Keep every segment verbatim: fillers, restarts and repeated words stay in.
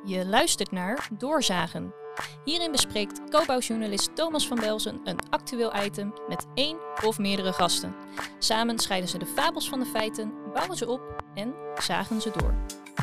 Je luistert naar Doorzagen. Hierin bespreekt Cobouw-journalist Thomas van Belzen een actueel item met één of meerdere gasten. Samen scheiden ze de fabels van de feiten, bouwen ze op en zagen ze door.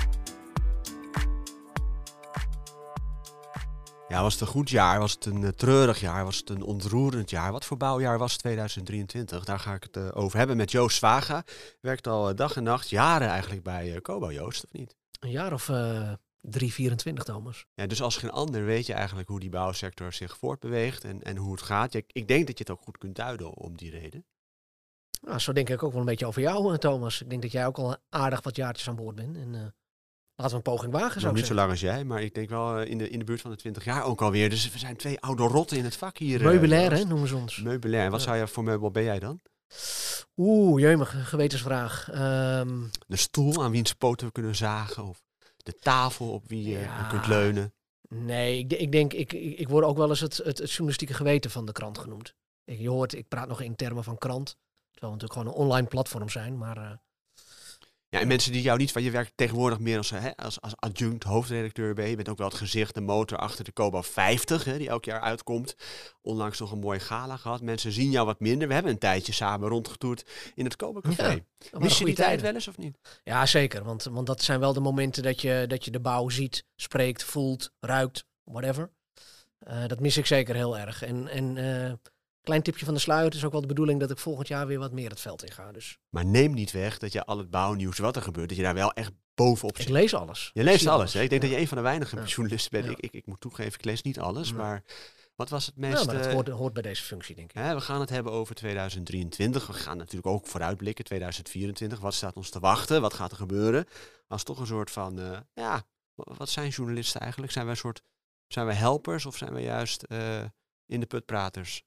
Ja, was het een goed jaar? Was het een uh, treurig jaar? Was het een ontroerend jaar? Wat voor bouwjaar was tweeduizend drieëntwintig? Daar ga ik het uh, over hebben met Joost Swaga. Werkt al uh, dag en nacht, jaren eigenlijk bij uh, Cobouw, Joost, of niet? Een jaar of uh, drie, vierentwintig, Thomas. Ja, dus als geen ander weet je eigenlijk hoe die bouwsector zich voortbeweegt en, en hoe het gaat. Ja, ik denk dat je het ook goed kunt duiden om die reden. Nou, zo denk ik ook wel een beetje over jou, Thomas. Ik denk dat jij ook al aardig wat jaartjes aan boord bent. En uh, laten we een poging wagen, zou Nog ik niet zo zeggen. lang als jij, maar ik denk wel uh, in, de, in de buurt van de twintig jaar ook alweer. Dus we zijn twee oude rotten in het vak hier. Meubilair, uh, hè, noemen ze ons. Meubilair. En wat Ja. zou je voor meubel ben jij dan? Oeh, jeumig, gewetensvraag. Um, De stoel aan wiens poten we kunnen zagen? Of de tafel op wie je Ja. kunt leunen? nee, ik, ik denk, ik, ik, ik word ook wel eens het, het, het journalistieke geweten van de krant genoemd. Ik, je hoort, ik praat nog in termen van krant. Terwijl we natuurlijk gewoon een online platform zijn, maar... Uh, Ja, en mensen die jou niet, want je werkt tegenwoordig meer als, hè, als, als adjunct hoofdredacteur ben. Je bent ook wel het gezicht, de motor achter de Cobouw vijftig, hè, die elk jaar uitkomt. Onlangs nog een mooie gala gehad. Mensen zien jou wat minder. We hebben een tijdje samen rondgetoerd in het Cobouw Café. Ja, dat waren Mis je goede die tijd tijden. wel eens of niet? Ja, zeker. Want, want dat zijn wel de momenten dat je, dat je de bouw ziet, spreekt, voelt, ruikt, whatever. Uh, dat mis ik zeker heel erg. En, en uh, klein tipje van de sluier, het is ook wel de bedoeling dat ik volgend jaar weer wat meer het veld in ga. Dus. Maar neem niet weg dat je al het bouwnieuws wat er gebeurt, dat je daar wel echt bovenop Ik zit. lees alles. Je leest zie alles, hè? Ik denk Ja. dat je een van de weinige Ja. journalisten bent. Ja. Ik, ik, ik moet toegeven, ik lees niet alles, Ja. maar wat was het meest... Ja, maar dat uh, hoort, hoort bij deze functie, denk ik. Hè, we gaan het hebben over tweeduizend drieëntwintig. We gaan natuurlijk ook vooruitblikken, tweeduizend vierentwintig. Wat staat ons te wachten? Wat gaat er gebeuren? Als toch een soort van, uh, ja, wat zijn journalisten eigenlijk? Zijn wij een soort, zijn wij helpers of zijn wij juist uh, in de putpraters?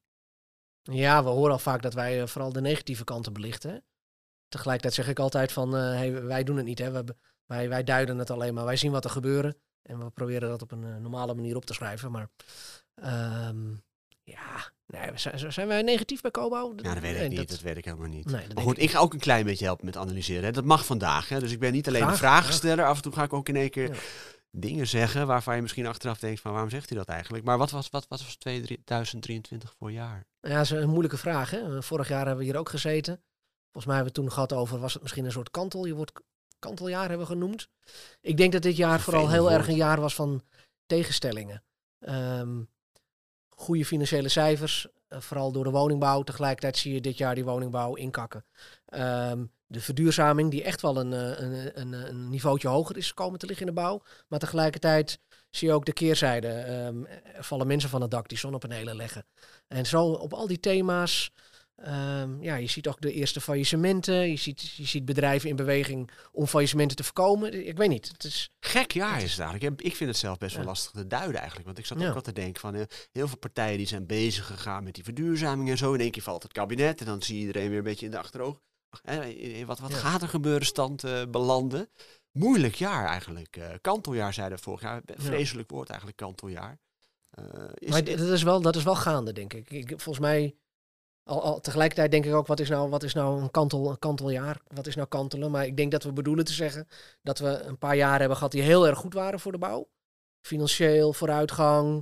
Ja, we horen al vaak dat wij uh, vooral de negatieve kanten belichten. Hè? Tegelijkertijd zeg ik altijd van, uh, hey, wij doen het niet. Hè? We, wij, wij duiden het alleen maar. Wij zien wat er gebeuren. En we proberen dat op een uh, normale manier op te schrijven. Maar um, ja, nee, zijn, zijn wij negatief bij Cobouw? Ja, dat weet ik nee, niet. dat, Dat weet ik helemaal niet. Nee, dat maar goed, ik, ik ga ook een klein beetje helpen met analyseren. Hè. Dat mag vandaag. Hè. Dus ik ben niet alleen graag, de vragensteller. Af en toe ga ik ook in één keer Ja. dingen zeggen waarvan je misschien achteraf denkt van waarom zegt hij dat eigenlijk? Maar wat was, wat, wat was tweeduizend drieëntwintig voor jaar? Ja, dat is een moeilijke vraag. Hè? Vorig jaar hebben we hier ook gezeten. Volgens mij hebben we het toen gehad over, was het misschien een soort kantel? Je wordt kanteljaar hebben we genoemd. Ik denk dat dit jaar vooral heel erg een jaar was van tegenstellingen. Um, goede financiële cijfers, uh, vooral door de woningbouw. Tegelijkertijd zie je dit jaar die woningbouw inkakken. Um, de verduurzaming, die echt wel een, een, een, een niveautje hoger is komen te liggen in de bouw. Maar tegelijkertijd zie je ook de keerzijde. Um, er vallen mensen van het dak die zonnepanelen leggen. En zo op al die thema's. Um, ja, je ziet ook de eerste faillissementen. Je ziet, je ziet bedrijven in beweging om faillissementen te voorkomen. Ik weet niet. Het is, Gek jaar het is het eigenlijk. Ik vind het zelf best wel Ja. lastig te duiden eigenlijk. Want ik zat Ja. ook al te denken van uh, heel veel partijen die zijn bezig gegaan met die verduurzaming en zo. In één keer valt het kabinet en dan zie je iedereen weer een beetje in de achteroog. Hè, wat wat Ja. gaat er gebeuren stand uh, belanden? Moeilijk jaar eigenlijk. Uh, kanteljaar zeiden we vorig jaar. Vreselijk woord eigenlijk, kanteljaar. Uh, is, maar dat is, wel, dat is wel gaande, denk ik. ik volgens mij... Al, al, tegelijkertijd denk ik ook, wat is nou, wat is nou een, kantel, een kanteljaar? Wat is nou kantelen? Maar ik denk dat we bedoelen te zeggen dat we een paar jaren hebben gehad die heel erg goed waren voor de bouw. Financieel, vooruitgang.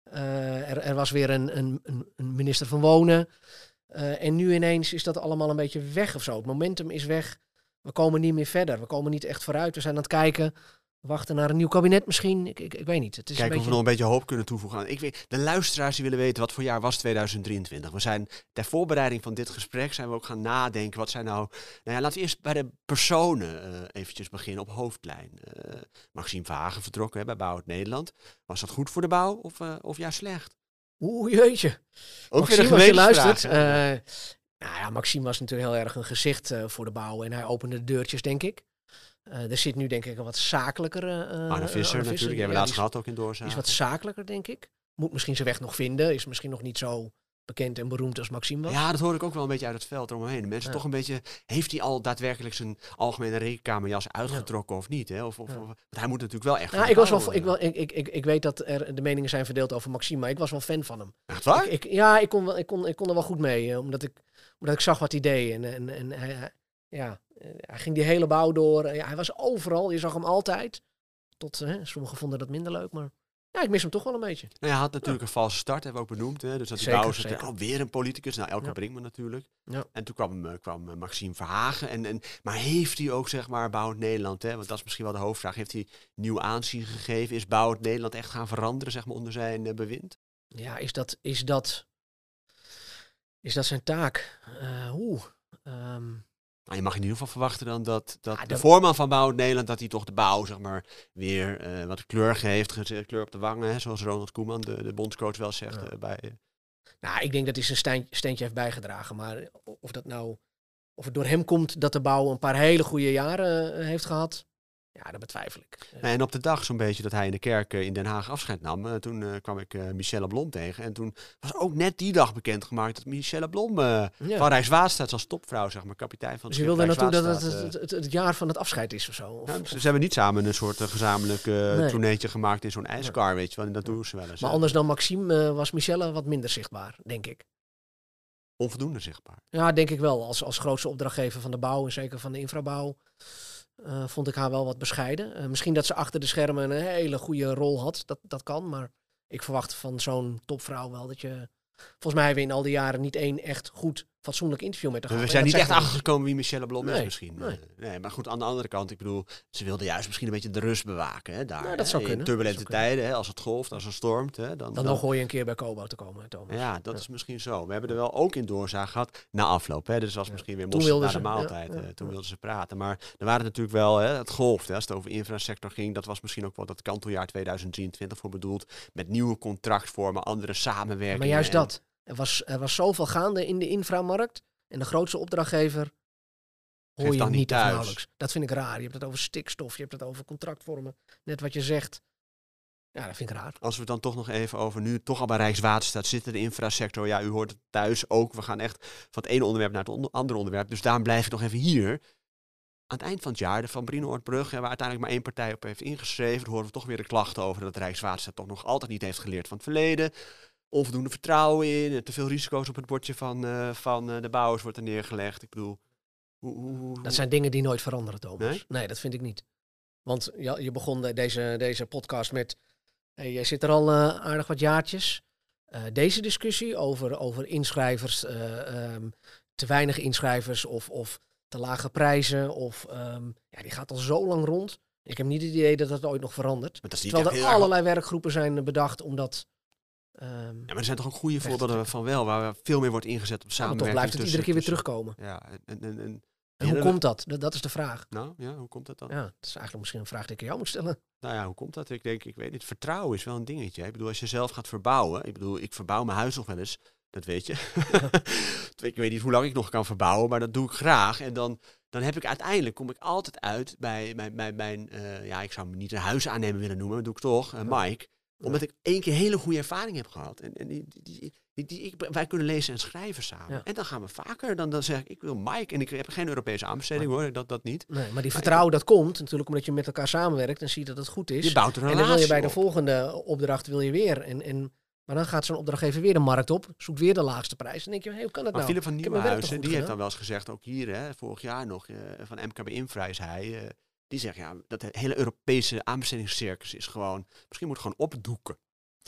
Uh, er, er was weer een, een, een minister van Wonen. Uh, en nu ineens is dat allemaal een beetje weg of zo. Het momentum is weg. We komen niet meer verder. We komen niet echt vooruit. We zijn aan het kijken... Wachten naar een nieuw kabinet misschien. Ik, ik, ik weet niet. Het is Kijken een of beetje... we nog een beetje hoop kunnen toevoegen aan. Ik weet, de luisteraars die willen weten wat voor jaar was tweeduizend drieëntwintig. We zijn ter voorbereiding van dit gesprek zijn we ook gaan nadenken. Wat zijn nou... Nou ja, laten we eerst bij de personen uh, eventjes beginnen op hoofdlijn. Uh, Maxime Verhagen vertrokken hè, bij Bouw het Nederland. Was dat goed voor de bouw of, uh, of juist slecht? Oeh, jeetje. Ook Maxime, weer een als je luistert. Uh, nou ja, Maxime was natuurlijk heel erg een gezicht uh, voor de bouw. En hij opende de deurtjes, denk ik. Uh, er zit nu denk ik een wat zakelijker... Uh, Arne Visser uh, natuurlijk, die hebben we laatst gehad ook in Doorzagen. Is wat zakelijker, denk ik. Moet misschien zijn weg nog vinden. Is misschien nog niet zo bekend en beroemd als Maxime was. Ja, dat hoor ik ook wel een beetje uit het veld eromheen. De mensen ja. toch een beetje... Heeft hij al daadwerkelijk zijn algemene rekenkamerjas uitgetrokken ja. of niet? Hè? Of, of, ja. of, want hij moet natuurlijk wel echt... Ja, ik, was wel, ik, wel, ik, ik, ik, ik weet dat er de meningen zijn verdeeld over Maxime, maar ik was wel fan van hem. Echt waar? Ik, ik, ja, ik kon, wel, ik, kon, ik kon er wel goed mee. Uh, omdat, ik, omdat ik zag wat hij deed. En, en, en hij, ja, hij ging die hele bouw door. Ja, hij was overal. Je zag hem altijd. Tot, hè, sommigen vonden dat minder leuk, maar ja, ik mis hem toch wel een beetje. Nou, hij had natuurlijk ja. een valse start, hebben we ook benoemd. Hè? Dus dat die bouwers zeiden, oh, weer een politicus. Nou, Elke ja. Brinkman natuurlijk. Ja. En toen kwam, uh, kwam uh, Maxime Verhagen. En, en, maar heeft hij ook, zeg maar, Bouwend Nederland, hè? Want dat is misschien wel de hoofdvraag. Heeft hij nieuw aanzien gegeven? Is Bouwend Nederland echt gaan veranderen, zeg maar, onder zijn uh, bewind? Ja, is dat, is dat, is dat zijn taak? Uh, Oeh. Um... Nou, je mag in ieder geval verwachten dan dat, dat ja, de dat... voorman van Bouwend Nederland, dat hij toch de bouw, zeg maar, weer uh, wat kleur geeft, kleur op de wangen, hè, zoals Ronald Koeman, de, de bondscoach, wel zegt. Ja. Uh, bij, uh... Nou, ik denk dat hij zijn stein, steentje heeft bijgedragen, maar of dat nou, of het door hem komt dat de bouw een paar hele goede jaren uh, heeft gehad, ja, dat betwijfel ik. Uh. En op de dag zo'n beetje dat hij in de kerk uh, in Den Haag afscheid nam, uh, toen uh, kwam ik uh, Michelle Blom tegen. En toen was ook net die dag bekendgemaakt dat Michelle Blom uh, ja. van Rijkswaterstaat als topvrouw, zeg maar, kapitein van het Dus je wilde naartoe dat het het, het het jaar van het afscheid is of zo? Of, ja, of... Ze hebben niet samen een soort uh, gezamenlijk uh, nee. tourneetje gemaakt in zo'n ijskar, ja. weet je wel. En dat doen ze wel eens. Maar anders dan Maxime uh, was Michelle wat minder zichtbaar, denk ik. Onvoldoende zichtbaar. Ja, denk ik wel. Als, als grootste opdrachtgever van de bouw en zeker van de infrabouw uh, vond ik haar wel wat bescheiden. Uh, misschien dat ze achter de schermen een hele goede rol had. Dat, dat kan, maar ik verwacht van zo'n topvrouw wel dat je... Volgens mij hebben we in al die jaren niet één echt goed, fatsoenlijk interview met haar gehad. We zijn niet echt achtergekomen wie Michelle Blom nee, is misschien. Nee. nee, maar goed, aan de andere kant, ik bedoel, ze wilde juist misschien een beetje de rust bewaken. Hè, daar, ja, dat zou hè, kunnen. In turbulente dat tijden, hè, als het golft, als het stormt. Hè, dan, dan, dan nog hoor je een keer bij Kobo te komen, Thomas. Ja, dat ja. is misschien zo. We hebben er wel ook in doorzaag gehad na afloop. Hè, dus was ja. misschien weer mos na de maaltijd. Ja, ja, toen ja. wilden ze praten. Maar er waren natuurlijk wel, hè, het golft. Hè, als het over infrasector ging, dat was misschien ook wel dat kanteljaar tweeduizend drieëntwintig voor bedoeld. Met nieuwe contractvormen, andere samenwerkingen. Ja, maar juist en... dat. Er was, er was zoveel gaande in de inframarkt. En de grootste opdrachtgever hoor je niet of nauwelijks. Dat vind ik raar. Je hebt het over stikstof, je hebt het over contractvormen. Net wat je zegt. Ja, dat vind ik raar. Als we het dan toch nog even over nu toch al bij Rijkswaterstaat zitten, de infrasector. Ja, u hoort het thuis ook. We gaan echt van het ene onderwerp naar het onder- andere onderwerp. Dus daarom blijf ik nog even hier. Aan het eind van het jaar, de Van Brienoordbrug, waar uiteindelijk maar één partij op heeft ingeschreven, dan horen we toch weer de klachten over dat Rijkswaterstaat toch nog altijd niet heeft geleerd van het verleden. Onvoldoende vertrouwen in, te veel risico's op het bordje van, uh, van uh, de bouwers wordt er neergelegd. Ik bedoel, hoe, hoe, hoe... Dat zijn dingen die nooit veranderen, Thomas. Nee, nee dat vind ik niet. Want ja, je begon de, deze, deze podcast met, hey, jij zit er al uh, aardig wat jaartjes. Uh, deze discussie over, over inschrijvers, uh, um, te weinig inschrijvers of, of te lage prijzen, of, um, ja, die gaat al zo lang rond. Ik heb niet het idee dat dat ooit nog verandert. Maar dat is Terwijl er allerlei erg... werkgroepen zijn bedacht om dat... Um, ja, maar er zijn toch ook goede voorbeelden van wel, waar veel meer wordt ingezet op samenwerking. Ja, maar toch blijft het tussen, iedere keer weer tussen, terugkomen. Ja, en, en, en, en hoe komt dat? dat? Dat is de vraag. Nou, ja, hoe komt dat dan? Ja, dat is eigenlijk misschien een vraag die ik aan jou moet stellen. Nou ja, hoe komt dat? Ik denk, ik weet niet, vertrouwen is wel een dingetje. Ik bedoel, als je zelf gaat verbouwen, ik bedoel, ik verbouw mijn huis nog wel eens, dat weet je. Ja. Ik weet niet hoe lang ik nog kan verbouwen, maar dat doe ik graag. En dan, dan heb ik uiteindelijk, kom ik altijd uit bij mijn, mijn, mijn uh, ja, ik zou me niet een huisaannemer willen noemen, maar dat doe ik toch, uh, Mike. Omdat ik één keer hele goede ervaring heb gehad. En, en die, die, die, die, die, ik, wij kunnen lezen en schrijven samen. Ja. En dan gaan we vaker. Dan, dan zeg ik, ik wil Mike. En ik heb geen Europese aanbesteding hoor, dat, dat niet. Nee, maar die maar vertrouwen ik, dat komt natuurlijk omdat je met elkaar samenwerkt. En ziet dat het goed is. Je bouwt er een en dan wil je bij de op. volgende opdracht wil je weer. En, en, maar dan gaat zo'n opdrachtgever weer de markt op. Zoekt weer de laagste prijs. En dan denk je, hey, hoe kan dat maar nou? Philip van Nieuwenhuizen, die heeft dan wel eens gezegd, ook hier, hè, vorig jaar nog, uh, van M K B Infra is hij... Uh, die zegt, ja, dat de hele Europese aanbestedingscircus is gewoon... Misschien moet het gewoon opdoeken.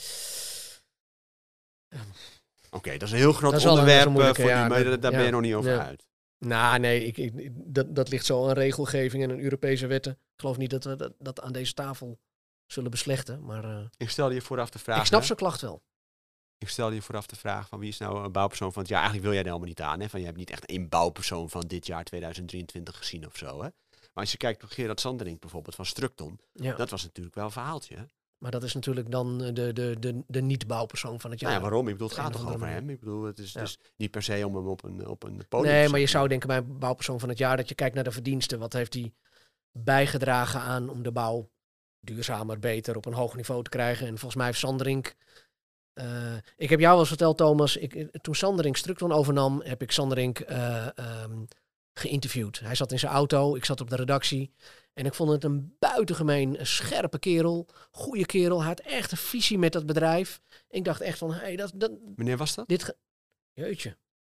Oké, okay, dat is een heel groot onderwerp uh, voor ja, u, maar dat, daar ja, ben je nog niet over ja. uit. Nou, nee, ik, ik, dat, dat ligt zo aan regelgeving en aan Europese wetten. Ik geloof niet dat we dat, dat aan deze tafel zullen beslechten, maar... Uh, ik stelde je vooraf de vraag... Ik snap hè? zijn klacht wel. Ik stelde je vooraf de vraag van wie is nou een bouwpersoon van het jaar. Eigenlijk wil jij er helemaal niet aan, hè? Van je hebt niet echt één bouwpersoon van dit jaar tweeduizend drieëntwintig gezien of zo, hè? Maar als je kijkt op Gerard Sanderink bijvoorbeeld van Structon, ja. dat was natuurlijk wel een verhaaltje, hè? Maar dat is natuurlijk dan de, de, de, de niet-bouwpersoon van het jaar. Nou ja, waarom? Ik bedoel, het gaat toch over hem? Ik bedoel, het is, ja. het is niet per se om hem op een, op een podium Nee, maar je zou denken bij bouwpersoon van het jaar dat je kijkt naar de verdiensten. Wat heeft hij bijgedragen aan om de bouw duurzamer, beter, op een hoog niveau te krijgen? En volgens mij heeft Sanderink... Uh, ik heb jou wel eens verteld, Thomas, ik, toen Sanderink Structon overnam, heb ik Sanderink uh, um, geïnterviewd. Hij zat in zijn auto, ik zat op de redactie. En ik vond het een buitengemeen scherpe kerel. Goeie kerel. Hij had echt een visie met dat bedrijf. Ik dacht echt van, hey, dat... dat Wanneer was dat? Dit ge- Jeetje.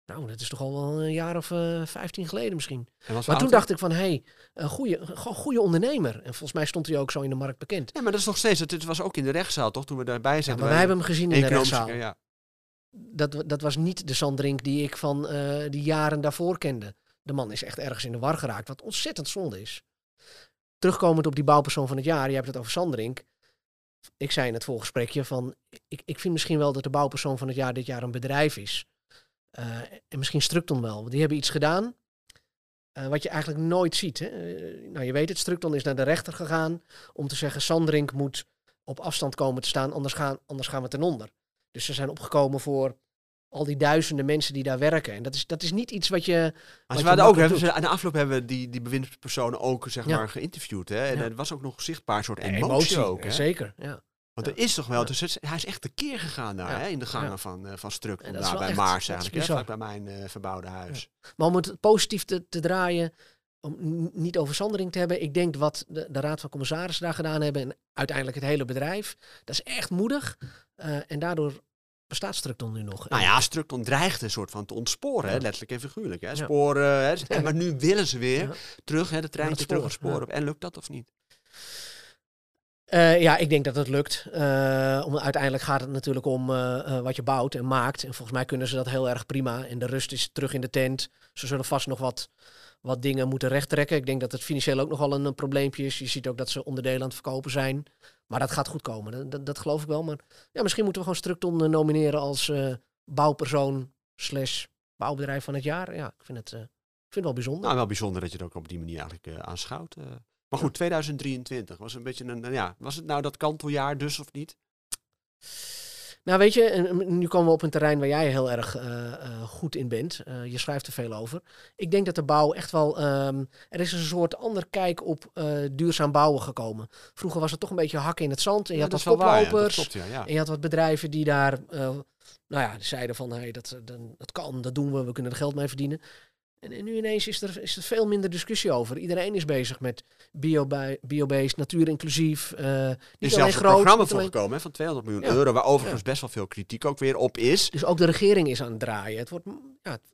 Nou, dat is toch al wel een jaar of uh, vijftien geleden misschien. En was maar toen auto? dacht ik van, hé, hey, een goede, gewoon goede ondernemer. En volgens mij stond hij ook zo in de markt bekend. Ja, maar dat is nog steeds, het was ook in de rechtszaal, toch? Toen we daarbij zaten. Ja, maar wij hebben hem gezien in de rechtszaal. Ja. Dat, dat was niet de Sanderink die ik van uh, die jaren daarvoor kende. De man is echt ergens in de war geraakt, wat ontzettend zonde is. Terugkomend op die bouwpersoon van het jaar, je hebt het over Sanderink. Ik zei in het voorgesprekje van, ik, ik vind misschien wel dat de bouwpersoon van het jaar dit jaar een bedrijf is. Uh, en misschien Structon wel, want die hebben iets gedaan uh, wat je eigenlijk nooit ziet. Hè? Uh, nou, je weet het, Structon is naar de rechter gegaan om te zeggen, Sanderink moet op afstand komen te staan, anders gaan, anders gaan we ten onder. Dus ze zijn opgekomen voor al die duizenden mensen die daar werken. En dat is, dat is niet iets wat je... Maar ze waren ook, hebben ze, aan de afloop hebben we die, die bewindspersonen ook zeg ja. maar geïnterviewd. Hè? En ja. er was ook nog zichtbaar een soort emotie, emotie ook. Hè? Zeker, ja. Want ja. er is toch wel, ja. dus het, hij is echt tekeer gegaan daar, ja. hè, in de gangen ja. van, uh, van Structon, daar bij echt, Maars eigenlijk, hè, vlak bij mijn uh, verbouwde huis. Ja. Maar om het positief te, te draaien, om n- niet over Sanderink te hebben, ik denk wat de, de Raad van Commissarissen daar gedaan hebben en uiteindelijk het hele bedrijf, dat is echt moedig. Uh, en daardoor bestaat Structon nu nog. Nou ja, Structon dreigt een soort van te ontsporen, ja. hè, letterlijk en figuurlijk. Hè. Ja. Sporen, hè, en, ja. maar nu willen ze weer ja. terug, hè, de treintje terug het spoor ja. op. En lukt dat of niet? Uh, ja, ik denk dat het lukt. Uh, om, uiteindelijk gaat het natuurlijk om uh, uh, wat je bouwt en maakt. En volgens mij kunnen ze dat heel erg prima. En de rust is terug in de tent. Ze zullen vast nog wat, wat dingen moeten rechttrekken. Ik denk dat het financieel ook nogal een, een probleempje is. Je ziet ook dat ze onderdelen aan het verkopen zijn. Maar dat gaat goed komen. Dat, dat, dat geloof ik wel. Maar ja, misschien moeten we gewoon Structon uh, nomineren als uh, bouwpersoon slash bouwbedrijf van het jaar. Ja, ik vind het, uh, ik vind het wel bijzonder. Nou, wel bijzonder dat je het ook op die manier eigenlijk uh, aanschouwt. Uh. Maar goed, tweeduizend drieëntwintig was een beetje een, ja, was het nou dat kanteljaar dus of niet? Nou weet je, nu komen we op een terrein waar jij heel erg uh, uh, goed in bent. Uh, je schrijft er veel over. Ik denk dat de bouw echt wel, um, er is een soort ander kijk op uh, duurzaam bouwen gekomen. Vroeger was het toch een beetje hakken in het zand. En je ja, had wat koplopers. Ja, dat klopt, ja, ja. En je had wat bedrijven die daar, uh, nou ja, die zeiden van, hey, dat, dat, dat kan, dat doen we, we kunnen er geld mee verdienen. En, en nu ineens is er, is er veel minder discussie over. Iedereen is bezig met bio, biobased, natuurinclusief. Uh, er is zelfs een groot, programma voor alleen... gekomen hè, van tweehonderd miljoen ja. euro, waar overigens ja. best wel veel kritiek ook weer op is. Dus ook de regering is aan het draaien. Het wordt, ja, het,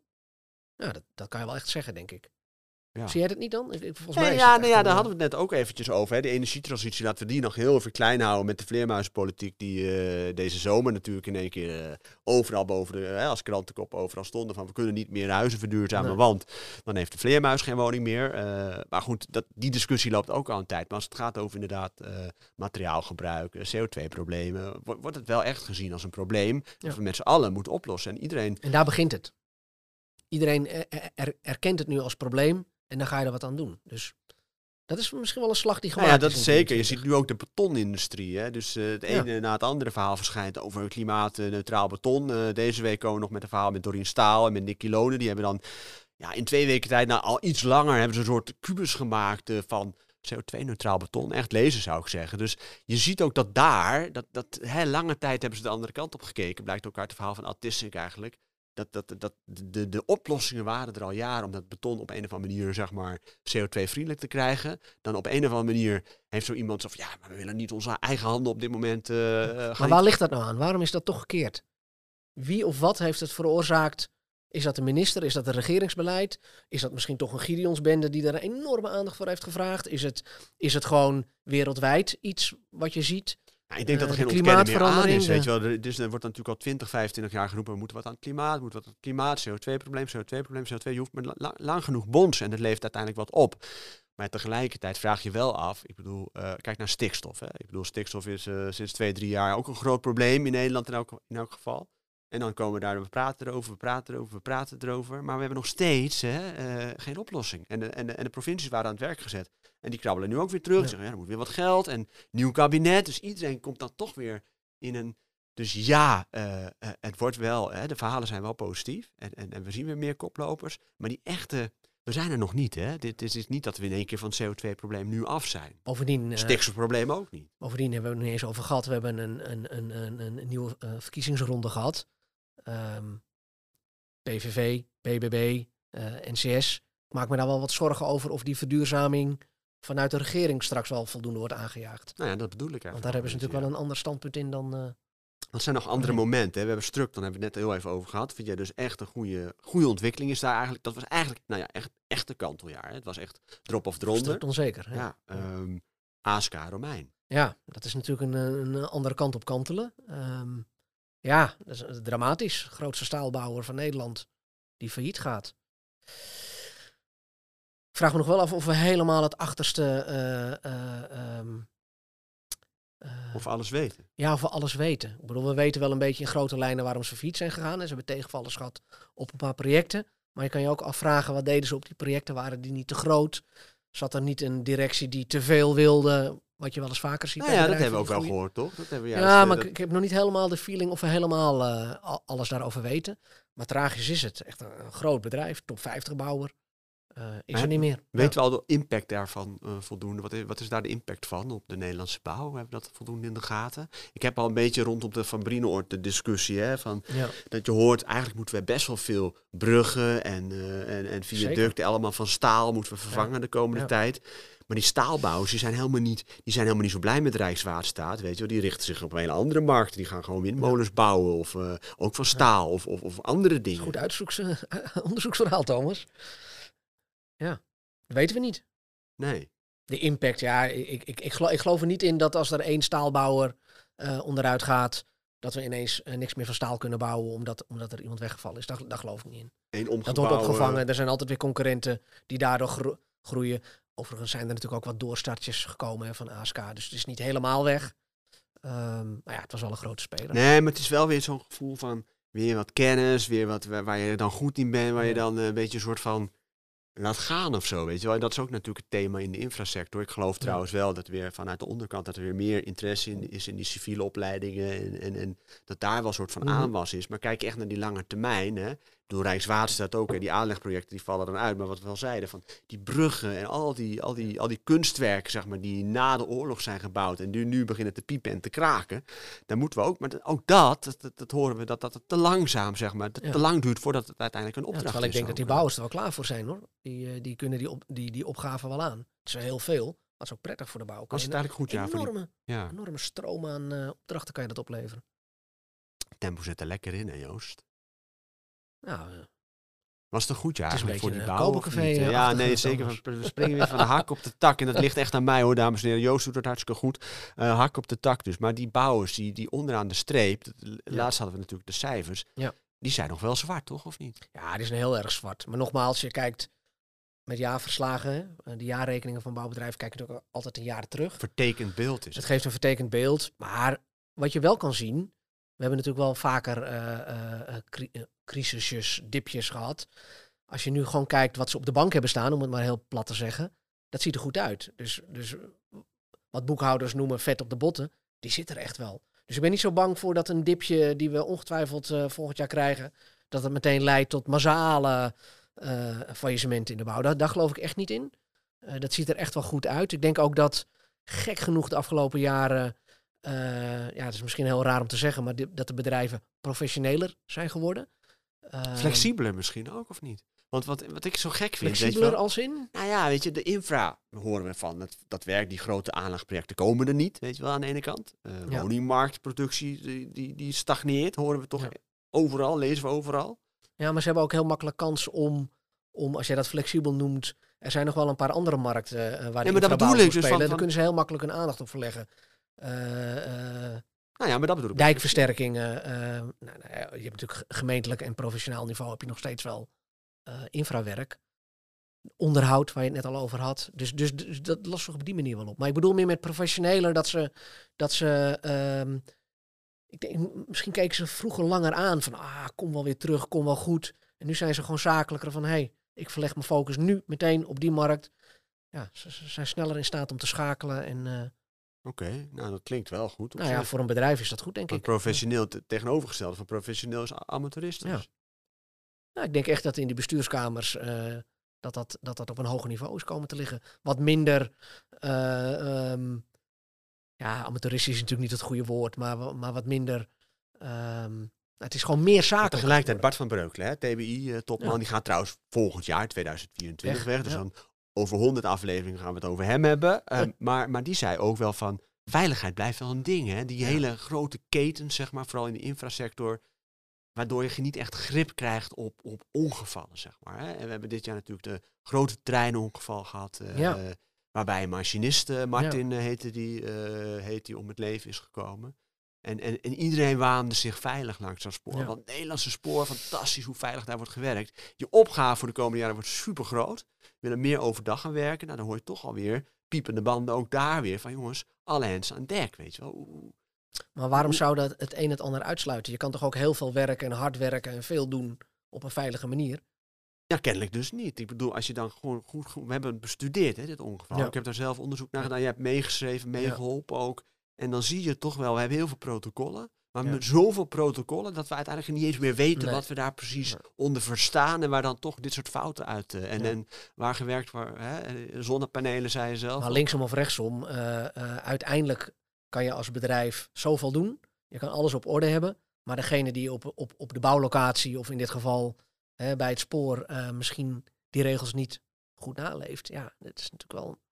ja dat, dat kan je wel echt zeggen, denk ik. Ja. Zie jij dat niet dan? Volgens nee, mij is ja, het nee, ja, een, daar hadden we het net ook eventjes over. Hè. De energietransitie, laten we die nog heel even klein houden met de vleermuispolitiek die uh, deze zomer natuurlijk in één keer uh, overal boven de, uh, als krantenkop overal stonden van we kunnen niet meer huizen verduurzamen, nee. want dan heeft de vleermuis geen woning meer. Uh, maar goed, dat, die discussie loopt ook al een tijd. Maar als het gaat over inderdaad uh, materiaalgebruik, C O twee problemen, wordt, wordt het wel echt gezien als een probleem ja. dat we met z'n allen moeten oplossen. En iedereen... En daar begint het. Iedereen er, er, erkent het nu als probleem. En dan ga je er wat aan doen. Dus dat is misschien wel een slag die gemaakt nou ja, dat is. is zeker. Je ziet nu ook de betonindustrie. Hè? Dus uh, het ene ja. na het andere verhaal verschijnt over klimaatneutraal beton. Uh, deze week komen we nog met een verhaal met Dorien Staal en met Nick Kilone. Die hebben dan ja, in twee weken tijd, nou al iets langer, hebben ze een soort kubus gemaakt uh, van C O twee neutraal beton. Echt lezen zou ik zeggen. Dus je ziet ook dat daar, dat, dat hè, lange tijd hebben ze de andere kant op gekeken. Blijkt ook uit het verhaal van Ad Tissink eigenlijk. Dat, dat, dat de, de oplossingen waren er al jaren om dat beton op een of andere manier, zeg maar, C O twee vriendelijk te krijgen. Dan op een of andere manier heeft zo iemand zo van, ja, maar we willen niet onze eigen handen op dit moment uh, gaan. Maar waar ligt dat nou aan? Waarom is dat toch gekeerd? Wie of wat heeft het veroorzaakt? Is dat de minister? Is dat het regeringsbeleid? Is dat misschien toch een Gideonsbende die daar enorme aandacht voor heeft gevraagd? Is het, is het gewoon wereldwijd iets wat je ziet? Ja, ik denk dat er geen ontkenning meer aan is. Weet je wel. Er, dus er wordt natuurlijk al twintig, vijfentwintig jaar geroepen, we moeten wat aan het klimaat, we moeten wat aan het klimaat, C O twee probleem, C O twee probleem, C O twee. Je hoeft maar lang, lang genoeg bonds en dat levert uiteindelijk wat op. Maar tegelijkertijd vraag je wel af, ik bedoel, uh, kijk naar stikstof. Hè. Ik bedoel, stikstof is uh, sinds twee, drie jaar ook een groot probleem in Nederland in elk, in elk geval. En dan komen we daar, we praten erover, we praten erover, we praten erover. Maar we hebben nog steeds hè, uh, geen oplossing. En de, en, de, en de provincies waren aan het werk gezet. En die krabbelen nu ook weer terug. Ja. Zeggen, ja, er moet weer wat geld en nieuw kabinet. Dus iedereen komt dan toch weer in een... Dus ja, uh, uh, het wordt wel... Hè, de verhalen zijn wel positief. En, en, en we zien weer meer koplopers. Maar die echte... We zijn er nog niet, hè. Dit, dit is niet dat we in één keer van het C O twee probleem nu af zijn. Bovendien... Uh, Stikstofprobleem ook niet. Bovendien hebben we het nog niet eens over gehad. We hebben een, een, een, een, een nieuwe uh, verkiezingsronde gehad. Um, P V V, B B B, uh, N C S. Ik maak me daar wel wat zorgen over of die verduurzaming vanuit de regering straks wel voldoende wordt aangejaagd. Nou ja, dat bedoel ik eigenlijk. Want daar hebben ze natuurlijk wel een ander standpunt in dan... Uh, Wat zijn nog andere Nee. momenten? Hè? We hebben Struct, dan hebben we het net heel even over gehad. Vind jij dus echt een goede, goede ontwikkeling is daar eigenlijk? Dat was eigenlijk, nou ja, echt, echt een kanteljaar. Hè? Het was echt drop of eronder. Struct onzeker. Hè? Ja, um, A S K Romein. Ja, dat is natuurlijk een, een andere kant op kantelen. Um, ja, dat is dramatisch. Grootste staalbouwer van Nederland die failliet gaat. Ik vraag me nog wel af of we helemaal het achterste... Uh, uh, um, uh, of alles weten. Ja, of we alles weten. Ik bedoel, we weten wel een beetje in grote lijnen waarom ze failliet zijn gegaan. En ze hebben tegenvallers gehad op een paar projecten. Maar je kan je ook afvragen, wat deden ze op die projecten? Waren die niet te groot? Zat er niet een directie die te veel wilde? Wat je wel eens vaker ziet. Nou ja, dat hebben we ook wel gehoord, toch? Dat hebben we juist, ja, maar uh, ik, ik heb nog niet helemaal de feeling of we helemaal uh, alles daarover weten. Maar tragisch is het. Echt een, een groot bedrijf, top vijftig bouwer. Uh, is maar er niet meer. Weten ja. we al de impact daarvan uh, voldoende? Wat is, wat is daar de impact van op de Nederlandse bouw? We hebben dat voldoende in de gaten. Ik heb al een beetje rondom de Van Brienoord de discussie. Hè, van Ja. Dat je hoort, eigenlijk moeten we best wel veel bruggen en, uh, en, en viaducten allemaal van staal moeten we vervangen ja. de komende ja. tijd. Maar die staalbouwers die zijn, helemaal niet, die zijn helemaal niet zo blij met Rijkswaterstaat. Weet je wel. Die richten zich op een hele andere markt. Die gaan gewoon windmolens ja. bouwen. Of uh, ook van staal ja. of, of, of andere dingen. Goed uitzoeks, onderzoeksverhaal, Thomas. Ja, dat weten we niet. Nee. De impact, ja. Ik, ik, ik, geloof, ik geloof er niet in dat als er één staalbouwer uh, onderuit gaat, dat we ineens uh, niks meer van staal kunnen bouwen omdat, omdat er iemand weggevallen is. Daar, daar geloof ik niet in. Eén dat wordt opgevangen. Er zijn altijd weer concurrenten die daardoor gro- groeien. Overigens zijn er natuurlijk ook wat doorstartjes gekomen hè, van A S K. Dus het is niet helemaal weg. Um, maar ja, het was wel een grote speler. Nee, maar het is wel weer zo'n gevoel van weer wat kennis, weer wat waar, waar je dan goed in bent, waar je dan uh, een beetje een soort van laat gaan of zo, weet je wel. En dat is ook natuurlijk het thema in de infrasector. Ik geloof trouwens wel dat weer vanuit de onderkant dat er weer meer interesse in is in die civiele opleidingen en, en, en dat daar wel een soort van mm-hmm. aanwas is. Maar kijk echt naar die lange termijn, hè. Door Rijkswaterstaat ook, hè, die aanlegprojecten die vallen dan uit. Maar wat we al zeiden, van die bruggen en al die, al die, al die kunstwerken, zeg maar, die na de oorlog zijn gebouwd en die nu beginnen te piepen en te kraken. Daar moeten we ook, maar ook dat, dat, dat, dat horen we, dat, dat het te langzaam, zeg maar, dat ja. te lang duurt voordat het uiteindelijk een opdracht ja, terwijl is. ik denk dat die bouwers er wel klaar voor zijn, hoor. Die, die kunnen die, op, die, die opgave wel aan. Het is wel heel veel, maar het is ook prettig voor de bouw. Was het eigenlijk goed, ja? Enorme, voor die, ja. enorme stroom aan uh, opdrachten kan je dat opleveren. Tempo zit er lekker in, hè, Joost? Nou, uh, was het een goed jaar het voor die bouw? Kopercafé, uh, ja, nee, zeker. We springen weer van de hak op de tak. En dat ligt echt aan mij, hoor, dames en heren. Joost doet het hartstikke goed. Uh, hak op de tak dus. Maar die bouwers, die, die onderaan de streep, dat, ja. laatst hadden we natuurlijk de cijfers, ja. die zijn nog wel zwart, toch? Of niet? Ja, die zijn heel erg zwart. Maar nogmaals, je kijkt met jaarverslagen, de jaarrekeningen van bouwbedrijven, kijk je natuurlijk altijd een jaar terug. Vertekend beeld is het. Het geeft een vertekend beeld. Maar wat je wel kan zien, we hebben natuurlijk wel vaker uh, uh, cri- uh, crisisjes, dipjes gehad. Als je nu gewoon kijkt wat ze op de bank hebben staan, om het maar heel plat te zeggen, dat ziet er goed uit. Dus, dus wat boekhouders noemen vet op de botten, die zit er echt wel. Dus ik ben niet zo bang voor dat een dipje die we ongetwijfeld uh, volgend jaar krijgen, dat het meteen leidt tot massale uh, faillissementen in de bouw. Daar, daar geloof ik echt niet in. Uh, dat ziet er echt wel goed uit. Ik denk ook dat, gek genoeg de afgelopen jaren, uh, ja, het is misschien heel raar om te zeggen, maar die, dat de bedrijven professioneler zijn geworden. Uh, Flexibeler misschien ook, of niet? Want wat, wat ik zo gek vind... Flexibeler weet je wel, als in? Nou ja, weet je, de infra horen we van. Dat, dat werkt, die grote aanlegprojecten komen er niet, weet je wel, aan de ene kant. Uh, ja. Woningmarktproductie, die, die, die stagneert, horen we toch ja. overal, lezen we overal. Ja, maar ze hebben ook heel makkelijk kans om, om, als jij dat flexibel noemt, er zijn nog wel een paar andere markten uh, waar ja, de infrabouw dus spelen. Van, Daar van... kunnen ze heel makkelijk hun aandacht op verleggen. Uh, uh, Nou ja, maar dat bedoel ik. Dijkversterkingen. Uh, nou, nou, je hebt natuurlijk gemeentelijk en professionaal niveau heb je nog steeds wel uh, infrawerk. Onderhoud, waar je het net al over had. Dus, dus, dus dat lost zich op die manier wel op. Maar ik bedoel meer met professioneler dat ze... Dat ze um, ik denk, misschien keken ze vroeger langer aan van... Ah, kom wel weer terug, kom wel goed. En nu zijn ze gewoon zakelijker van... Hey, ik verleg mijn focus nu meteen op die markt. Ja, ze, ze zijn sneller in staat om te schakelen en... Uh, Oké, okay, nou dat klinkt wel goed. Nou ja, voor een bedrijf is dat goed, denk Want ik. Professioneel te, tegenovergestelde van professioneel is amateuristisch. Ja. Nou, ik denk echt dat in die bestuurskamers uh, dat, dat, dat dat op een hoger niveau is komen te liggen. Wat minder, uh, um, ja, amateuristisch is natuurlijk niet het goede woord, maar, maar wat minder, um, het is gewoon meer zaken. Tegelijkertijd Bart van Breukelen, hè, T B I-topman, uh, ja. die gaat trouwens volgend jaar, tweeduizend vierentwintig, weg. weg dus ja. dan over honderd afleveringen gaan we het over hem hebben. Um, ja. maar, maar die zei ook wel van, veiligheid blijft wel een ding. Hè? Die Ja. hele grote ketens, zeg maar, vooral in de infrasector, waardoor je niet echt grip krijgt op, op ongevallen, zeg maar. Hè? En we hebben dit jaar natuurlijk de grote treinongeval gehad, uh, Ja. waarbij een machinist, uh, Martin ja. uh, heette, die, uh, heet die, om het leven is gekomen. En, en, en iedereen waande zich veilig langs dat spoor. Ja. Want het Nederlandse spoor, fantastisch hoe veilig daar wordt gewerkt. Je opgave voor de komende jaren wordt super groot. We willen meer overdag gaan werken. Nou, dan hoor je toch alweer piepende banden ook daar weer. Van jongens, alle hands aan dek, weet je wel. Oeh. Maar waarom zou dat het een het ander uitsluiten? Je kan toch ook heel veel werken en hard werken en veel doen op een veilige manier? Ja, kennelijk dus niet. Ik bedoel, als je dan gewoon goed... goed we hebben het bestudeerd, hè, dit ongeval. Ja. Ik heb daar zelf onderzoek naar gedaan. Je hebt meegeschreven, meegeholpen ja. ook. En dan zie je toch wel, we hebben heel veel protocollen. Maar ja. met zoveel protocollen dat we uiteindelijk niet eens meer weten nee. wat we daar precies nee. onder verstaan. En waar dan toch dit soort fouten uit. Uh, en, ja. en waar gewerkt wordt, hè, zonnepanelen, zei je zelf. Maar linksom of rechtsom, uh, uh, uiteindelijk kan je als bedrijf zoveel doen. Je kan alles op orde hebben. Maar degene die op, op, op de bouwlocatie, of in dit geval hè, bij het spoor, uh, misschien die regels niet goed naleeft. Ja, dat is natuurlijk wel...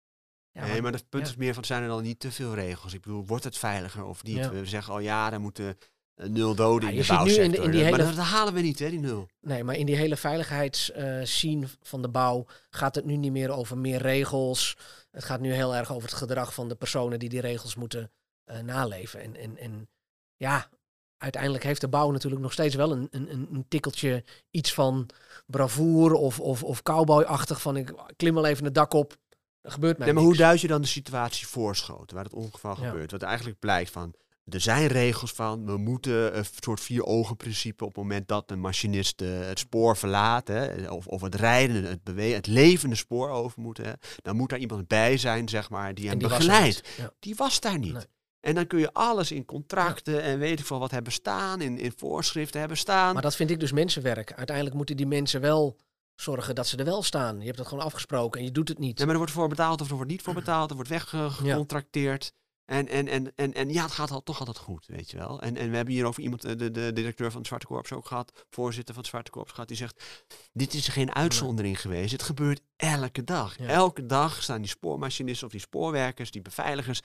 Ja, nee, maar het punt ja. is meer van, zijn er dan niet te veel regels? Ik bedoel, wordt het veiliger of niet? Ja. We zeggen al jaren moeten uh, nul doden ja, in de bouwsector. In de, in die hele... Maar dat halen we niet, hè, die nul. Nee, maar in die hele veiligheidsscene uh, van de bouw gaat het nu niet meer over meer regels. Het gaat nu heel erg over het gedrag van de personen die die regels moeten uh, naleven. En, en, en ja, uiteindelijk heeft de bouw natuurlijk nog steeds wel een, een, een tikkeltje iets van bravoure of, of, of cowboy-achtig. Van ik klim wel even het dak op. Er gebeurt mij nee, maar niks. hoe duid je dan de situatie voorschoten waar het ongeval ja. gebeurt? Wat eigenlijk blijkt van, er zijn regels van, we moeten een soort vier ogen principe op het moment dat een machinist uh, het spoor verlaat, hè, of, of het rijden, het bewegen, het levende spoor over moet, hè, dan moet daar iemand bij zijn, zeg maar, die hem die begeleidt. Was ja. Die was daar niet. Nee. En dan kun je alles in contracten ja. en weet ik veel wat hebben staan, in, in voorschriften hebben staan. Maar dat vind ik dus mensenwerk. Uiteindelijk moeten die mensen wel zorgen dat ze er wel staan. Je hebt dat gewoon afgesproken en je doet het niet. Ja, maar er wordt voor betaald of er wordt niet voor betaald. Er wordt weggecontracteerd. Ja. En, en, en, en, en ja, het gaat al, toch altijd goed, weet je wel. En, en we hebben hier over iemand, de, de directeur van het Zwarte Korps ook gehad, voorzitter van het Zwarte Korps gehad, die zegt, dit is geen uitzondering ja. geweest. Het gebeurt elke dag. Ja. Elke dag staan die spoormachinisten of die spoorwerkers, die beveiligers.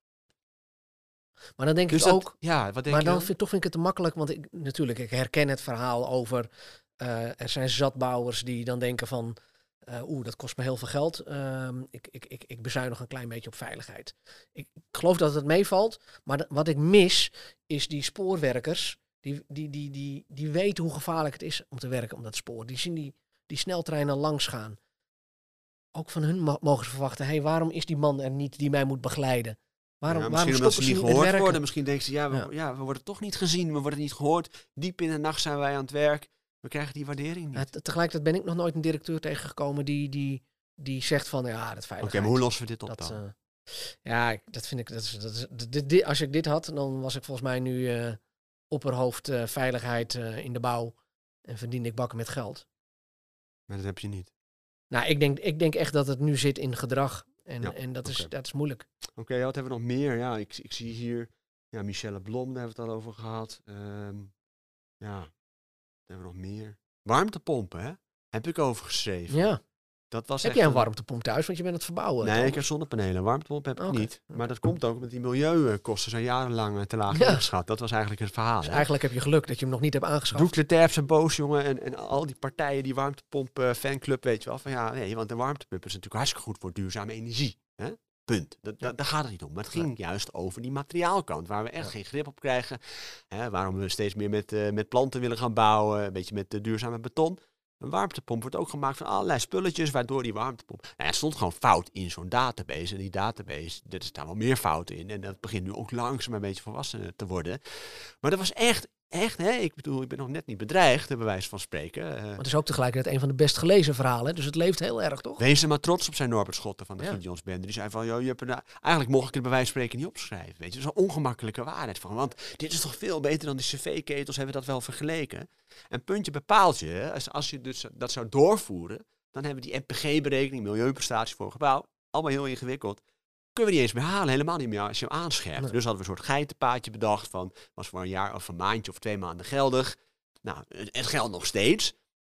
Maar dan denk dus ik dat, ook, ja, wat denk maar je dan vind, toch vind ik het te makkelijk, want ik, natuurlijk, ik herken het verhaal over, uh, er zijn zatbouwers die dan denken van, Uh, Oeh, dat kost me heel veel geld. Uh, ik, ik, ik, ik bezuinig een klein beetje op veiligheid. Ik, ik geloof dat het meevalt. Maar de, wat ik mis, is die spoorwerkers. Die, die, die, die, die weten hoe gevaarlijk het is om te werken op dat spoor. Die zien die, die sneltreinen langs gaan. Ook van hun ma- mogen ze verwachten. Hé, hey, waarom is die man er niet die mij moet begeleiden? Waarom, ja, waarom misschien omdat ze niet gehoord werken? worden. Misschien denken ze, ja we, Ja. ja, we worden toch niet gezien. We worden niet gehoord. Diep in de nacht zijn wij aan het werk. We krijgen die waardering niet. Ja, t- tegelijkertijd ben ik nog nooit een directeur tegengekomen die, die, die zegt van ja, dat Oké, veiligheid. okay, maar hoe lossen we dit op dat, dan? Uh, ja, ik- dat vind ik. Dat is, dat is, dit, dit, als ik dit had, dan was ik volgens mij nu uh, opperhoofd uh, veiligheid uh, in de bouw en verdiende ik bakken met geld. Maar dat heb je niet. Nou, ik denk, ik denk echt dat het nu zit in gedrag en, Ja, en dat, okay. is, dat is moeilijk. Oké, okay, wat hebben we nog meer? Ja, ik, ik zie hier, ja, Michelle Blom, daar hebben we het al over gehad. Um, ja, wat hebben we nog meer? Warmtepompen, hè? Heb ik over geschreven. Ja. Dat was heb echt jij een warmtepomp thuis? Want je bent het verbouwen. Nee, toch? ik heb zonnepanelen. Een warmtepomp heb ik okay. niet. Maar dat komt ook met die milieukosten zijn jarenlang te laag ja. ingeschat. Dat was eigenlijk het verhaal. Dus hè? eigenlijk heb je geluk dat je hem nog niet hebt aangeschaft. Doek Leterp zijn boos, jongen. En, en al die partijen, die warmtepomp uh, fanclub, weet je wel. Van ja, nee, want een warmtepomp is natuurlijk hartstikke goed voor duurzame energie. Hè? Punt. Dat, ja. da, daar gaat het niet om. Maar het ging ja. juist over die materiaalkant, waar we echt ja. geen grip op krijgen. Hè, waarom we steeds meer met, uh, met planten willen gaan bouwen. Een beetje met uh, duurzame beton. Een warmtepomp wordt ook gemaakt van allerlei spulletjes, waardoor die warmtepomp... Nou ja, het stond gewoon fout in zo'n database. En die database, er staan wel meer fouten in. En dat begint nu ook langzaam een beetje volwassen te worden. Maar dat was echt, echt, hè. Ik bedoel, ik ben nog net niet bedreigd, bij wijze van spreken. Uh, maar het is ook tegelijkertijd een van de best gelezen verhalen. Dus het leeft heel erg, toch? Wees er maar trots op, zijn Norbert Schotten van de ja. Gideonsbende. Die zei van, joh, je hebt er nou, eigenlijk mocht ik het bij wijze van spreken niet opschrijven. Weet je, dat is een ongemakkelijke waarheid van. Want dit is toch veel beter dan die cv-ketels, hebben we dat wel vergeleken. En puntje bepaalt je, als, als je dus dat zou doorvoeren, dan hebben we die M P G-berekening, milieuprestatie voor een gebouw, allemaal heel ingewikkeld. Kunnen we niet eens meer halen, helemaal niet meer als je hem aanscherpt. Nee. Dus hadden we een soort geitenpaadje bedacht van, was voor een jaar of een maandje of twee maanden geldig. Nou, het, het geldt nog steeds.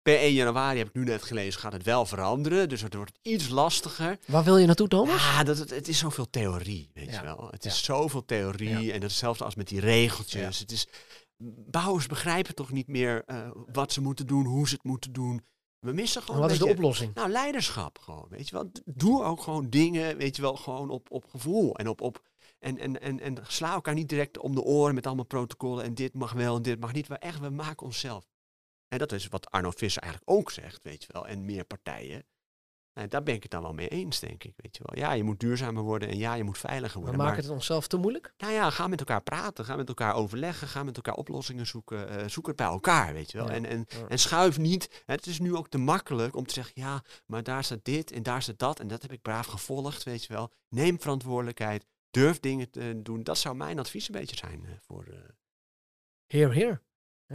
per één januari, heb ik nu net gelezen, gaat het wel veranderen. Dus het wordt iets lastiger. Waar wil je naartoe, Thomas? Ja, dat, het, het is zoveel theorie, weet Ja. je wel. Het Ja. is zoveel theorie. Ja. En dat is hetzelfde als met die regeltjes. Ja. Het is, bouwers begrijpen toch niet meer uh, wat ze moeten doen, hoe ze het moeten doen. We missen gewoon Wat een is de beetje, oplossing? nou, leiderschap gewoon, weet je wel. Doe ook gewoon dingen, weet je wel, gewoon op, op gevoel. En, op, op, en, en, en, en sla elkaar niet direct om de oren met allemaal protocollen. En dit mag wel en dit mag niet. Maar echt, we maken onszelf. En dat is wat Arno Visser eigenlijk ook zegt, weet je wel. En meer partijen. En daar ben ik het dan wel mee eens, denk ik, weet je wel. Ja, je moet duurzamer worden en ja, je moet veiliger We worden. maken maar, het onszelf te moeilijk? nou ja, ga met elkaar praten, ga met elkaar overleggen, ga met elkaar oplossingen zoeken. Uh, zoek het bij elkaar, weet je wel. Ja. En, en, Ja. en schuif niet. Het is nu ook te makkelijk om te zeggen, ja, maar daar staat dit en daar staat dat. En dat heb ik braaf gevolgd, weet je wel. Neem verantwoordelijkheid, durf dingen te doen. Dat zou mijn advies een beetje zijn uh, voor... Uh... Heer, heer.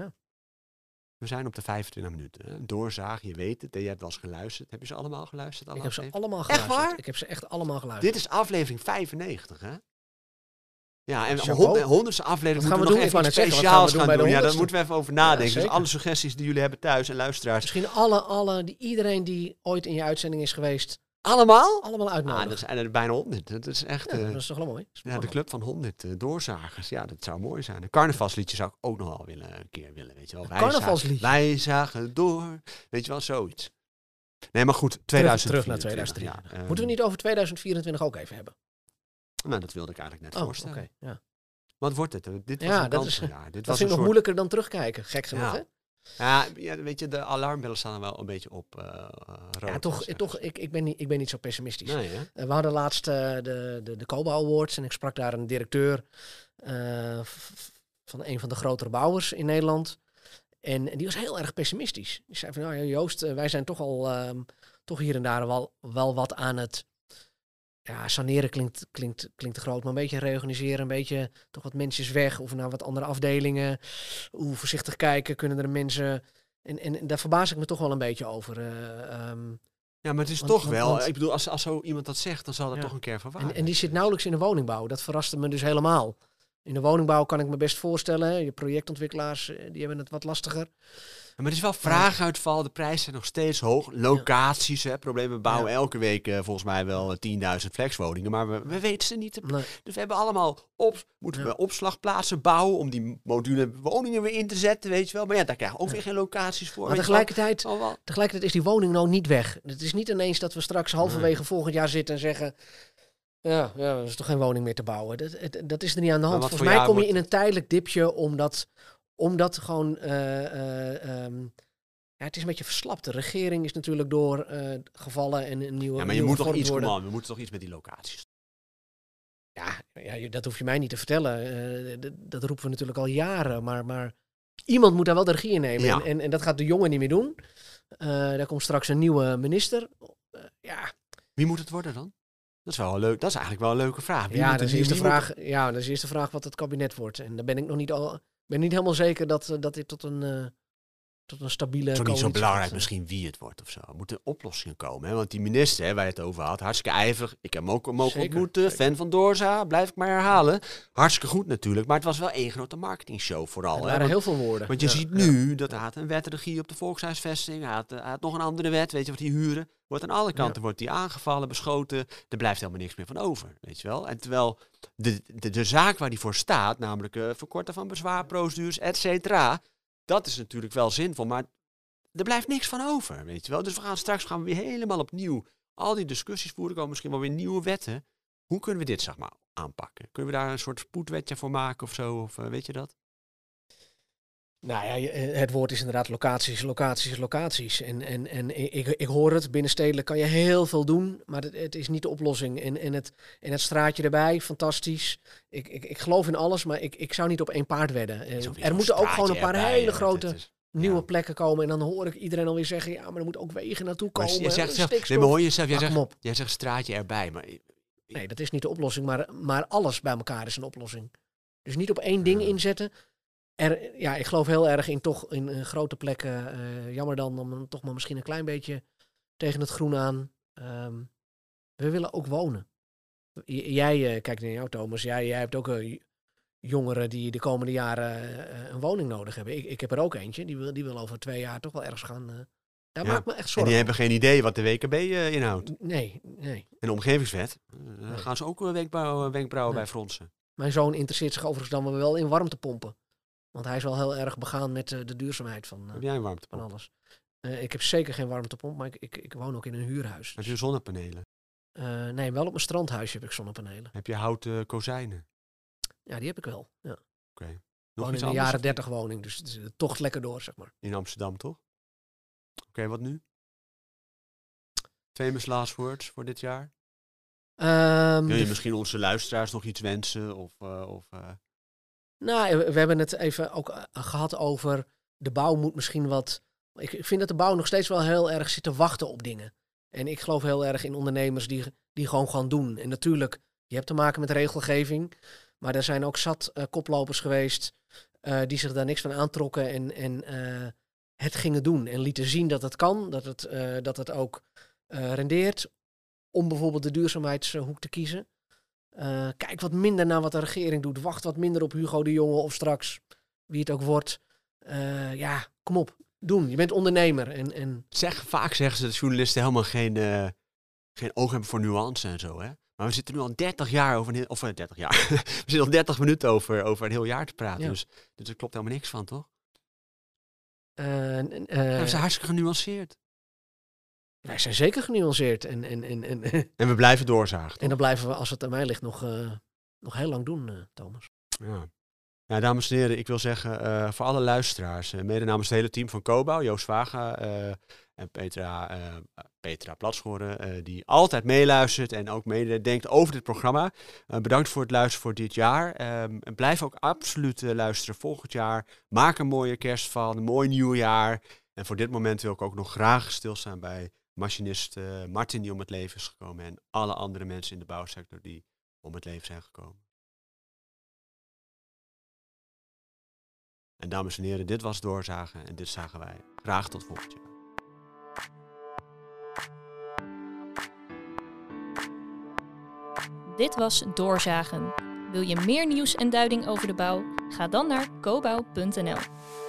We zijn op de vijfentwintig minuten. Hè. Doorzaag, je weet het. Je hebt wel eens geluisterd. Heb je ze allemaal geluisterd? Alle Ik heb ze afleveringen? allemaal Echt geluisterd. waar? Ik heb ze echt allemaal geluisterd. Dit is aflevering vijfennegentig, hè? Ja, en Chapeau. hond- honderdste aflevering Wat gaan moeten we we nog doen? even Ik iets wou net zeggen, wat gaan we speciaals doen gaan bij de doen. Ja, daar honderdste? moeten we even over nadenken. dus zeker. alle suggesties die jullie hebben thuis en luisteraars. Misschien alle, alle die, iedereen die ooit in je uitzending is geweest, Allemaal? allemaal Ah, uitnodigen. dat zijn er bijna honderd. Dat is echt... Ja, uh, dat is toch wel mooi? Dat is ja, wel de club van honderd uh, doorzagers. Ja, dat zou mooi zijn. Een carnavalsliedje zou ik ook nog wel willen, een keer willen. Weet je wel. Een Wij carnavalsliedje? Zagen, wij zagen door. Weet je wel, zoiets. Nee, maar goed. Terug, tweeduizend terug naar vierentwintig, tweeduizend drieëntwintig. ja, Moeten we niet over tweeduizend vierentwintig ook even hebben? Nou, dat wilde ik eigenlijk net Oh, oké. voorstellen. Ja. Wat wordt het? Dit was Ja, een dat is- kanteljaar. Dit Dat was vind ik een nog soort... moeilijker dan terugkijken. Gek genoeg, Ja. hè? Ja, ja, weet je, de alarmbellen staan er wel een beetje op uh, rood. Ja, toch, zeg. toch ik, ik, ben niet, ik ben niet zo pessimistisch. Nee, hè? Uh, we hadden laatst uh, de, de, de Koba Awards en ik sprak daar een directeur uh, f- van een van de grotere bouwers in Nederland. En, en die was heel erg pessimistisch. Die zei van, nou ja, Joost, uh, wij zijn toch al um, toch hier en daar wel, wel wat aan het... Ja, saneren klinkt, klinkt, klinkt te groot, maar een beetje reorganiseren, een beetje toch wat mensen weg of naar wat andere afdelingen. Hoe voorzichtig kijken, kunnen er mensen... En, en, en daar verbaas ik me toch wel een beetje over. Uh, um, Ja, maar het is Want- toch want- wel... want- ik bedoel, als, als zo iemand dat zegt, dan zal dat Ja. toch een keer verwaarden. En, en die zit nauwelijks in de woningbouw. Dat verraste me dus helemaal. In de woningbouw kan ik me best voorstellen. Hè. Je projectontwikkelaars, eh, die hebben het wat lastiger. Maar er is wel vraaguitval, de prijzen zijn nog steeds hoog. Locaties, hè, problemen bouwen Ja. elke week uh, volgens mij wel uh, tienduizend flexwoningen. Maar we, we weten ze niet. Te... Nee. Dus we hebben allemaal op, moeten Ja. we opslagplaatsen bouwen om die module woningen weer in te zetten, weet je wel. Maar ja, daar krijgen we ook weer geen locaties voor. Maar weet je wel. tegelijkertijd, Al wel. tegelijkertijd is die woning nou niet weg. Het is niet ineens dat we straks halverwege volgend jaar zitten en zeggen... Ja, ja, er is toch geen woning meer te bouwen. Dat, het, dat is er niet aan de hand. wat Volgens voor mij jaar kom je wordt- in een tijdelijk dipje omdat, omdat gewoon... eh, eh, ehm, ja, het is een beetje verslapt. De regering is natuurlijk door eh, gevallen en een nieuwe Ja, maar je nieuwe moet toch gevormd iets, worden. come on, we moeten toch iets met die locaties. Ja, ja, je- dat hoef je mij niet te vertellen. Eh, d- dat roepen we natuurlijk al jaren. Maar, maar iemand moet daar wel de regie in nemen. Ja. En, en, en dat gaat de jongen niet meer doen. Uh, daar komt straks een nieuwe minister. Uh, ja, Wie moet het worden dan? Dat is wel een leuk. Dat is eigenlijk wel een leuke vraag. Wie ja, moet dat het- is eerst de wie moet- vraag, ja, dat is eerst de vraag wat het kabinet wordt. En daar ben ik nog niet al, ben niet helemaal zeker dat, uh, dat dit tot een, uh, tot een stabiele Het is toch niet zo coalitie belangrijk gaat, uh. misschien wie het wordt of zo. Er moeten oplossingen komen. Hè? Want die minister, hè, waar je het over had, hartstikke ijverig. Ik heb hem ook mogen Zeker, ontmoeten. zeker. Fan van Doorza, blijf ik maar herhalen. Hartstikke goed natuurlijk. Maar het was wel één grote marketingshow vooral. Er Hè? waren Want, heel veel woorden. want je Ja, ziet ja. nu dat hij had een wetregie op de volkshuisvesting. Hij had, uh, hij had nog een andere wet, weet je wat die huren. Wordt aan alle kanten wordt die aangevallen, beschoten. Er blijft helemaal niks meer van over, weet je wel. En terwijl de, de, de zaak waar die voor staat, namelijk uh, verkorten van bezwaarprocedures, et cetera. Dat is natuurlijk wel zinvol, maar er blijft niks van over, weet je wel. Dus we gaan straks gaan we weer helemaal opnieuw al die discussies voeren. Er komen misschien wel weer nieuwe wetten. Hoe kunnen we dit, zeg maar, aanpakken? Kunnen we daar een soort spoedwetje voor maken of zo? Of uh, weet je dat? Nou ja, je- het woord is inderdaad locaties, locaties, locaties. En, en, en ik, ik hoor het, binnenstedelijk kan je heel veel doen, maar het, het is niet de oplossing. En, en, het, en het straatje erbij, fantastisch. Ik, ik, ik geloof in alles, maar ik, ik zou niet op één paard wedden. Eh, Is ook weer Er zo'n moeten ook gewoon een straatje paar erbij, hele hè. grote Het is- nieuwe ja. plekken komen. En dan hoor ik iedereen alweer zeggen, ja, maar er moeten ook wegen naartoe Maar komen. je zegt zelf, stikstof. nee, maar hoor je zelf, jij Pak zegt, hem op. jij zegt straatje erbij, maar Nee, dat is niet de oplossing, maar, maar alles bij elkaar is een oplossing. Dus niet op één ding Ja. inzetten. Er, ja, ik geloof heel erg in toch in, eh, grote plekken. eh, jammer dan, dan toch maar misschien een klein beetje tegen het groen aan. Ehm, we willen ook wonen. J- jij, eh, kijk naar jou Thomas, jij, jij hebt ook eh, j- jongeren die de komende jaren eh, een woning nodig hebben. Ik, ik heb er ook eentje, die wil, die wil over twee jaar toch wel ergens gaan, eh, Daar Ja. maakt me echt En zorgen. die hebben geen idee wat de W K B uh, inhoudt. Nee, nee. En de omgevingswet, uh, daar Nee. gaan ze ook uh, wenkbrauwen, wenkbrauwen Nee. bij fronsen. Mijn zoon interesseert zich overigens dan wel in warmtepompen. Want hij is wel heel erg begaan met uh, de duurzaamheid van, uh, Heb jij een van warmtepomp? alles. Uh, ik heb zeker geen warmtepomp, maar ik, ik, ik woon ook in een huurhuis. Heb je zonnepanelen? Uh, nee, wel op mijn strandhuisje heb ik zonnepanelen. Heb je houten kozijnen? Ja, die heb ik wel. Ja. Oké. Okay. Nog Nog in iets een anders? jaren dertig woning, dus het is de tocht lekker door, zeg maar. In Amsterdam, toch? Oké, okay, wat nu? Famous last words voor dit jaar? Um, Wil je de... misschien onze luisteraars nog iets wensen? Of, uh, of, uh... Nou, we hebben het even ook uh, gehad over de bouw moet misschien wat... Ik, ik vind dat de bouw nog steeds wel heel erg zit te wachten op dingen. En ik geloof heel erg in ondernemers die, die gewoon gaan doen. En natuurlijk, je hebt te maken met regelgeving. Maar er zijn ook zat uh, koplopers geweest uh, die zich daar niks van aantrokken en, en uh, het gingen doen. En lieten zien dat het kan, dat het, uh, dat het ook uh, rendeert. Om bijvoorbeeld de duurzaamheidshoek te kiezen. Uh, kijk wat minder naar wat de regering doet. Wacht wat minder op Hugo de Jonge of straks wie het ook wordt. Uh, ja, kom op. Doen. Je bent ondernemer. En, en... Zeg, vaak zeggen ze dat journalisten helemaal geen, uh, geen oog hebben voor nuance en zo, hè? Maar we zitten nu al dertig jaar over een heel... Of uh, dertig jaar. we zitten al dertig minuten over, over een heel jaar te praten. Ja. Dus, dus er klopt helemaal niks van, toch? Uh, uh, ja, we zijn hartstikke genuanceerd. Wij zijn zeker genuanceerd. En, en, en, en, en we blijven doorzagen. En dan blijven we, als het aan mij ligt, nog, uh, nog heel lang doen, uh, Thomas. Ja. Ja, dames en heren, ik wil zeggen uh, voor alle luisteraars, uh, mede namens het hele team van Cobouw, Joost Vaga uh, en Petra, uh, Petra Platschoren, uh, die altijd meeluistert en ook meedenkt over dit programma. Uh, bedankt voor het luisteren voor dit jaar. Um, en blijf ook absoluut uh, luisteren volgend jaar. Maak een mooie kerst van, een mooi nieuwjaar. En voor dit moment wil ik ook nog graag stilstaan bij machinist uh, Martin die om het leven is gekomen en alle andere mensen in de bouwsector die om het leven zijn gekomen. En dames en heren, dit was Doorzagen en dit zagen wij. Graag tot volgend jaar. Dit was Doorzagen. Wil je meer nieuws en duiding over de bouw? Ga dan naar cobouw punt n l.